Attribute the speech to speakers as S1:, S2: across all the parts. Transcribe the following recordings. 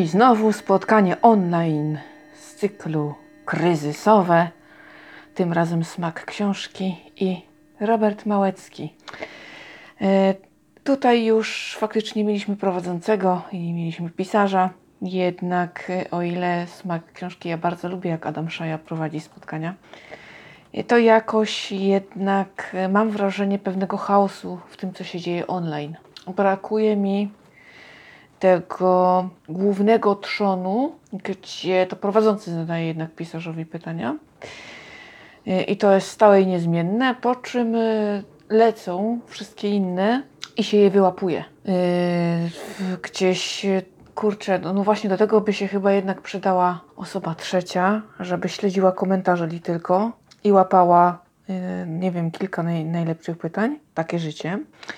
S1: I znowu spotkanie online z cyklu kryzysowe. Tym razem Smak książki i Robert Małecki. Tutaj już faktycznie mieliśmy prowadzącego i mieliśmy pisarza. Jednak o ile Smak książki ja bardzo lubię, jak Adam Szaja prowadzi spotkania, to jakoś jednak mam wrażenie pewnego chaosu w tym, co się dzieje online. Brakuje mi tego głównego trzonu, gdzie to prowadzący zadaje jednak pisarzowi pytania. I to jest stałe i niezmienne, po czym lecą wszystkie inne i się je wyłapuje. Gdzieś, kurczę, no właśnie do tego by się chyba jednak przydała osoba trzecia, żeby śledziła komentarze tylko i łapała, nie wiem, kilka najlepszych pytań. Takie życie.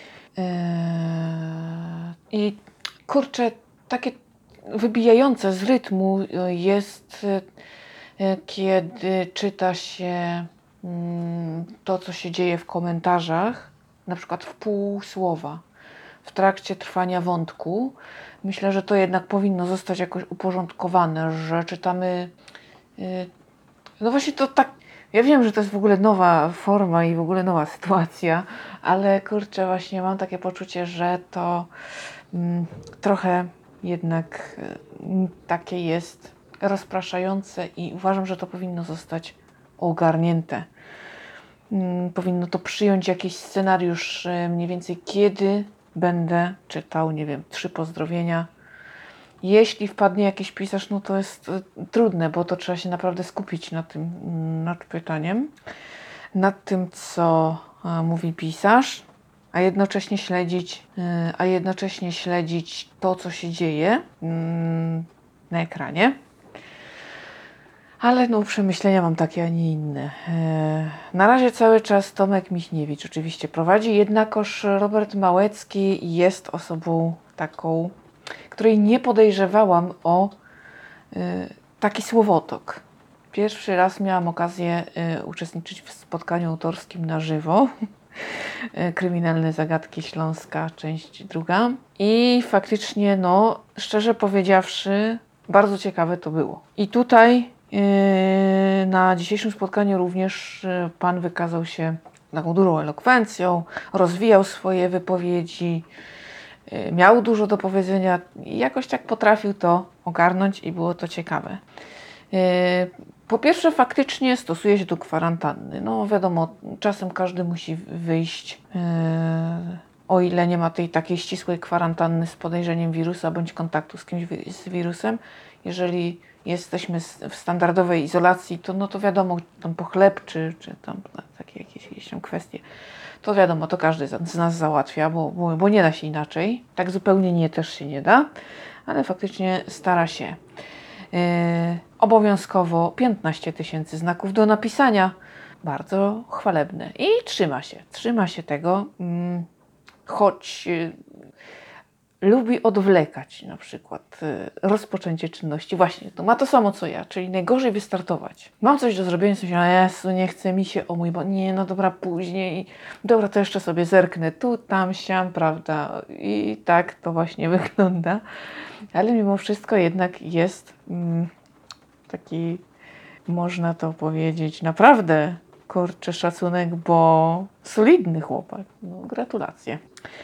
S1: I kurczę, takie wybijające z rytmu jest, kiedy czyta się to, co się dzieje w komentarzach, na przykład w pół słowa, w trakcie trwania wątku. Myślę, że to jednak powinno zostać jakoś uporządkowane, że czytamy, no właśnie to tak, ja wiem, że to jest w ogóle nowa forma i w ogóle nowa sytuacja, ale kurczę, właśnie mam takie poczucie, że to trochę jednak takie jest rozpraszające i uważam, że to powinno zostać ogarnięte. Powinno to przyjąć jakiś scenariusz mniej więcej, kiedy będę czytał, nie wiem, 3 pozdrowienia. Jeśli wpadnie jakiś pisarz, no to jest trudne, bo to trzeba się naprawdę skupić na tym, nad pytaniem, nad tym, co mówi pisarz, a jednocześnie śledzić to, co się dzieje na ekranie. Ale no, przemyślenia mam takie, a nie inne. Na razie cały czas Tomek Michniewicz oczywiście prowadzi, jednakoż Robert Małecki jest osobą taką, której nie podejrzewałam o taki słowotok. Pierwszy raz miałam okazję uczestniczyć w spotkaniu autorskim na żywo. Kryminalne zagadki Śląska, część 2. I faktycznie, no, szczerze powiedziawszy, bardzo ciekawe to było. I tutaj na dzisiejszym spotkaniu również pan wykazał się taką dużą elokwencją, rozwijał swoje wypowiedzi, miał dużo do powiedzenia i jakoś tak potrafił to ogarnąć i było to ciekawe. Po pierwsze, faktycznie stosuje się do kwarantanny. No wiadomo, czasem każdy musi wyjść, o ile nie ma tej takiej ścisłej kwarantanny z podejrzeniem wirusa bądź kontaktu z kimś z wirusem. Jeżeli jesteśmy w standardowej izolacji, to no to wiadomo, tam po chleb czy tam takie jakieś tam kwestie, to wiadomo, to każdy z nas załatwia, bo nie da się inaczej. Tak zupełnie nie też się nie da, ale faktycznie stara się. Obowiązkowo 15 000 znaków do napisania. Bardzo chwalebne. I trzyma się tego, choć lubi odwlekać na przykład rozpoczęcie czynności. Właśnie, to ma to samo co ja, czyli najgorzej wystartować. Mam coś do zrobienia, coś, Jezu, nie chce mi się, o mój Boże, nie, no dobra, później, dobra, to jeszcze sobie zerknę, tu, tam, siam, prawda, i tak to właśnie wygląda. Ale mimo wszystko jednak jest taki, można to powiedzieć, naprawdę, kurczę, szacunek, bo solidny chłopak. No, gratulacje.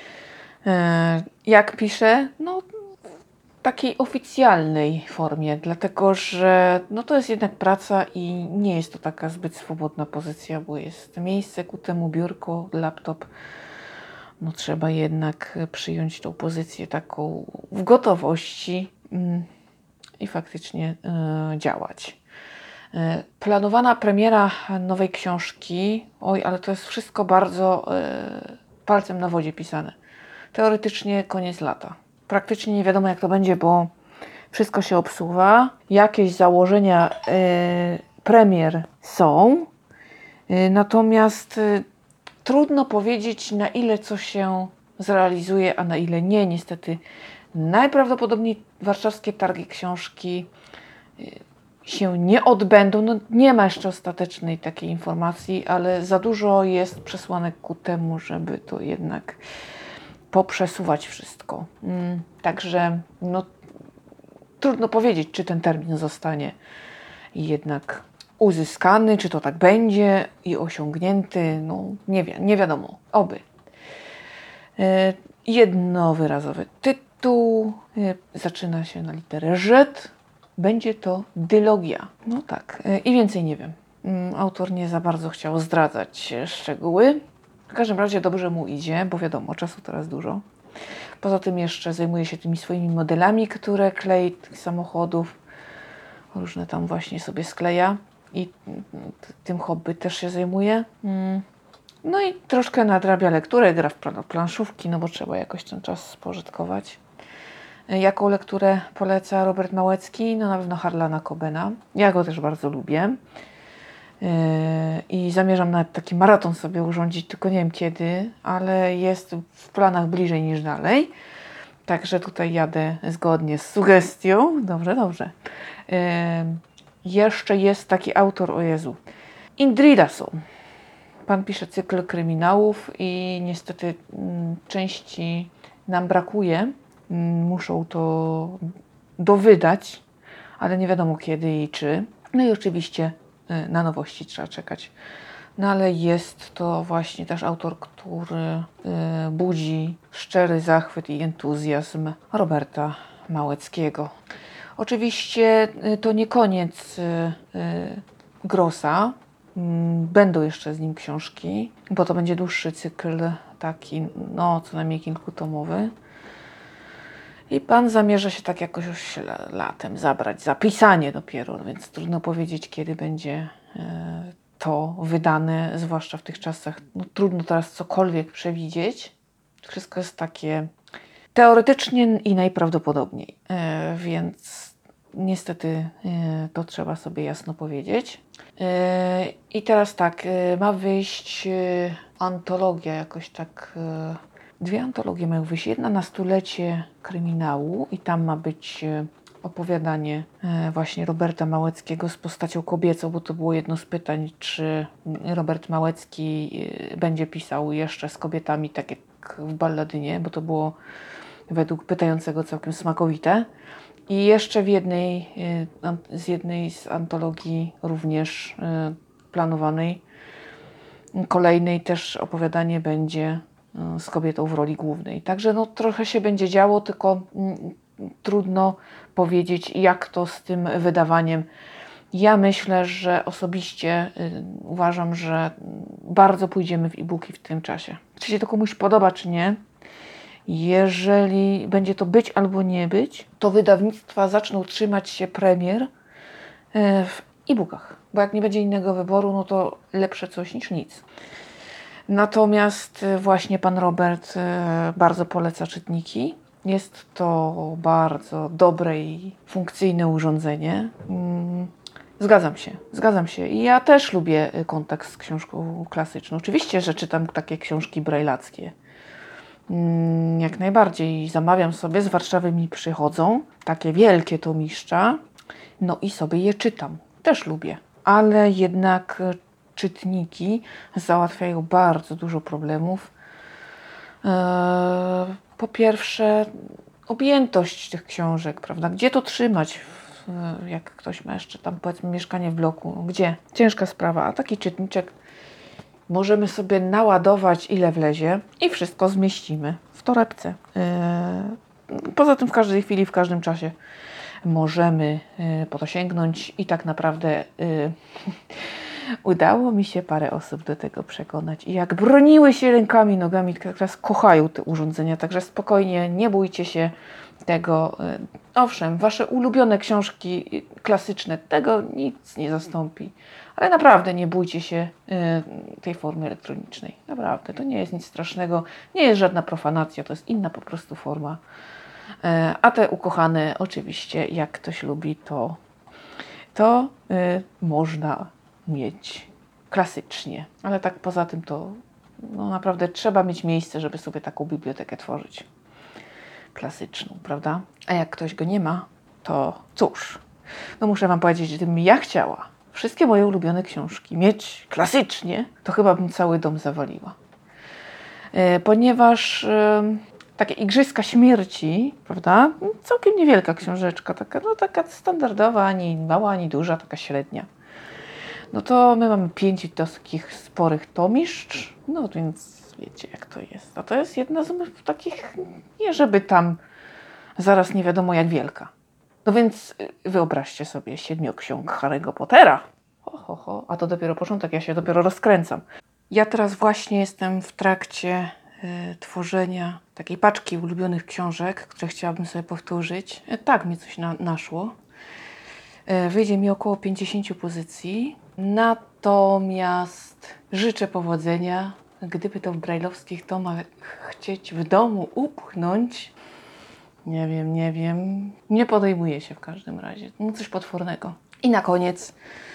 S1: Jak pisze? No, w takiej oficjalnej formie, dlatego że no, to jest jednak praca i nie jest to taka zbyt swobodna pozycja, bo jest miejsce ku temu, biurko, laptop. No, trzeba jednak przyjąć tą pozycję taką w gotowości i faktycznie działać. Planowana premiera nowej książki, oj, ale to jest wszystko bardzo palcem na wodzie pisane. Teoretycznie koniec lata. Praktycznie nie wiadomo, jak to będzie, bo wszystko się obsuwa. Jakieś założenia premier są, natomiast trudno powiedzieć, na ile co się zrealizuje, a na ile nie. Niestety najprawdopodobniej warszawskie targi książki się nie odbędą. No, nie ma jeszcze ostatecznej takiej informacji, ale za dużo jest przesłanek ku temu, żeby to jednak poprzesuwać wszystko. Także no, trudno powiedzieć, czy ten termin zostanie jednak uzyskany, czy to tak będzie i osiągnięty, no nie wiadomo, oby. Jednowyrazowy tytuł, zaczyna się na literę Ż, będzie to dylogia. No tak, i więcej nie wiem. Autor nie za bardzo chciał zdradzać szczegóły. W każdym razie dobrze mu idzie, bo wiadomo, czasu teraz dużo. Poza tym jeszcze zajmuje się tymi swoimi modelami, które klei tych samochodów. Różne tam właśnie sobie skleja i tym hobby też się zajmuje. No i troszkę nadrabia lekturę, gra w planszówki, no bo trzeba jakoś ten czas spożytkować. Jaką lekturę poleca Robert Małecki? No na pewno Harlana Cobena. Ja go też bardzo lubię. I zamierzam nawet taki maraton sobie urządzić, tylko nie wiem kiedy, ale jest w planach bliżej niż dalej. Także tutaj jadę zgodnie z sugestią. Dobrze, dobrze. Jeszcze jest taki autor, o Jezu, Indridason. Pan pisze cykl kryminałów i niestety części nam brakuje. Muszą to dowydać, ale nie wiadomo kiedy i czy. No i oczywiście na nowości trzeba czekać. No ale jest to właśnie też autor, który budzi szczery zachwyt i entuzjazm Roberta Małeckiego. Oczywiście to nie koniec Grossa. Będą jeszcze z nim książki, bo to będzie dłuższy cykl, taki, no co najmniej kilkutomowy. I pan zamierza się tak jakoś już latem zabrać za pisanie dopiero, więc trudno powiedzieć, kiedy będzie to wydane, zwłaszcza w tych czasach. No, trudno teraz cokolwiek przewidzieć. Wszystko jest takie teoretycznie i najprawdopodobniej, więc niestety to trzeba sobie jasno powiedzieć. I teraz tak, ma wyjść antologia jakoś tak. Dwie antologie mają wyjść. Jedna na 100-lecie kryminału i tam ma być opowiadanie właśnie Roberta Małeckiego z postacią kobiecą, bo to było jedno z pytań, czy Robert Małecki będzie pisał jeszcze z kobietami, tak jak w Balladynie, bo to było według pytającego całkiem smakowite. I jeszcze z jednej z antologii również planowanej, kolejnej też opowiadanie będzie z kobietą w roli głównej. Także no, trochę się będzie działo, tylko trudno powiedzieć, jak to z tym wydawaniem. Ja myślę, że osobiście uważam, że bardzo pójdziemy w e-booki w tym czasie. Czy się to komuś podoba, czy nie? Jeżeli będzie to być albo nie być, to wydawnictwa zaczną trzymać się premier w e-bookach. Bo jak nie będzie innego wyboru, no to lepsze coś niż nic. Natomiast właśnie pan Robert bardzo poleca czytniki. Jest to bardzo dobre i funkcyjne urządzenie. Zgadzam się. I ja też lubię kontakt z książką klasyczną. Oczywiście, że czytam takie książki brajlackie. Jak najbardziej. Zamawiam sobie, z Warszawy mi przychodzą takie wielkie tomiszcza, no i sobie je czytam. Też lubię. Ale jednak czytniki załatwiają bardzo dużo problemów. Po pierwsze, objętość tych książek, prawda? Gdzie to trzymać? Jak ktoś ma jeszcze tam, powiedzmy, mieszkanie w bloku. Gdzie? Ciężka sprawa. A taki czytniczek możemy sobie naładować, ile wlezie i wszystko zmieścimy w torebce. Poza tym w każdej chwili, w każdym czasie możemy po to sięgnąć i tak naprawdę udało mi się parę osób do tego przekonać. I jak broniły się rękami, nogami, teraz kochają te urządzenia. Także spokojnie, nie bójcie się tego. Owszem, wasze ulubione książki klasyczne, tego nic nie zastąpi. Ale naprawdę nie bójcie się tej formy elektronicznej. Naprawdę, to nie jest nic strasznego. Nie jest żadna profanacja, to jest inna po prostu forma. A te ukochane, oczywiście, jak ktoś lubi, to można mieć klasycznie. Ale tak poza tym to no naprawdę trzeba mieć miejsce, żeby sobie taką bibliotekę tworzyć. Klasyczną, prawda? A jak ktoś go nie ma, to cóż. No muszę wam powiedzieć, że gdybym ja chciała wszystkie moje ulubione książki mieć klasycznie, to chyba bym cały dom zawaliła. Ponieważ takie Igrzyska Śmierci, prawda? Całkiem niewielka książeczka, taka standardowa, ani mała, ani duża, taka średnia. No to my mamy 5 takich sporych tomiszcz, no więc wiecie jak to jest. A to jest jedna z takich, nie żeby tam zaraz nie wiadomo jak wielka. No więc wyobraźcie sobie 7 ksiąg Harry'ego Pottera. A to dopiero początek, ja się dopiero rozkręcam. Ja teraz właśnie jestem w trakcie tworzenia takiej paczki ulubionych książek, które chciałabym sobie powtórzyć. Tak mnie coś naszło. Wyjdzie mi około 50 pozycji. Natomiast życzę powodzenia. Gdyby to w brajlowskich tomach chcieć w domu upchnąć, nie wiem. Nie podejmuję się w każdym razie. No coś potwornego. I na koniec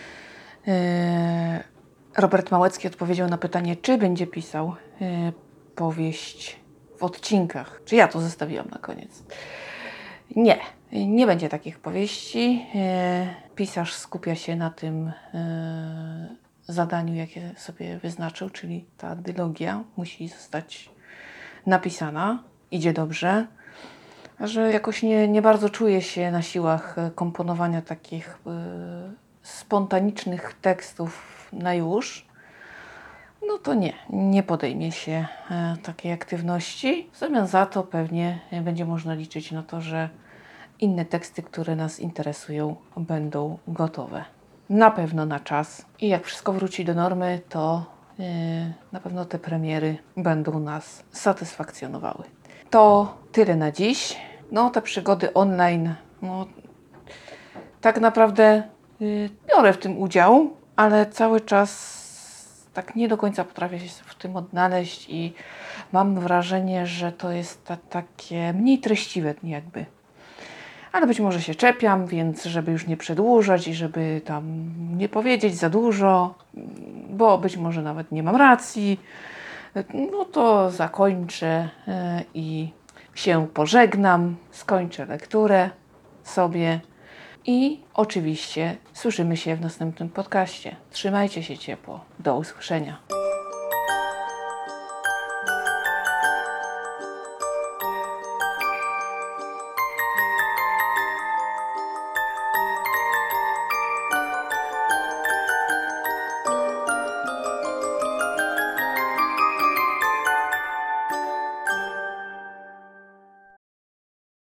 S1: Robert Małecki odpowiedział na pytanie, czy będzie pisał powieść w odcinkach. Czy ja to zostawiłam na koniec? Nie będzie takich powieści. Pisarz skupia się na tym zadaniu, jakie sobie wyznaczył, czyli ta dylogia musi zostać napisana. Idzie dobrze. Że jakoś nie bardzo czuję się na siłach komponowania takich spontanicznych tekstów na już. No to nie podejmie się takiej aktywności. W zamian za to pewnie będzie można liczyć na to, że inne teksty, które nas interesują, będą gotowe. Na pewno na czas. I jak wszystko wróci do normy, to na pewno te premiery będą nas satysfakcjonowały. To tyle na dziś. No te przygody online, no tak naprawdę biorę w tym udział, ale cały czas tak nie do końca potrafię się w tym odnaleźć i mam wrażenie, że to jest takie mniej treściwe jakby. Ale być może się czepiam, więc żeby już nie przedłużać i żeby tam nie powiedzieć za dużo, bo być może nawet nie mam racji, no to zakończę i się pożegnam, skończę lekturę sobie i oczywiście słyszymy się w następnym podcaście. Trzymajcie się ciepło. Do usłyszenia.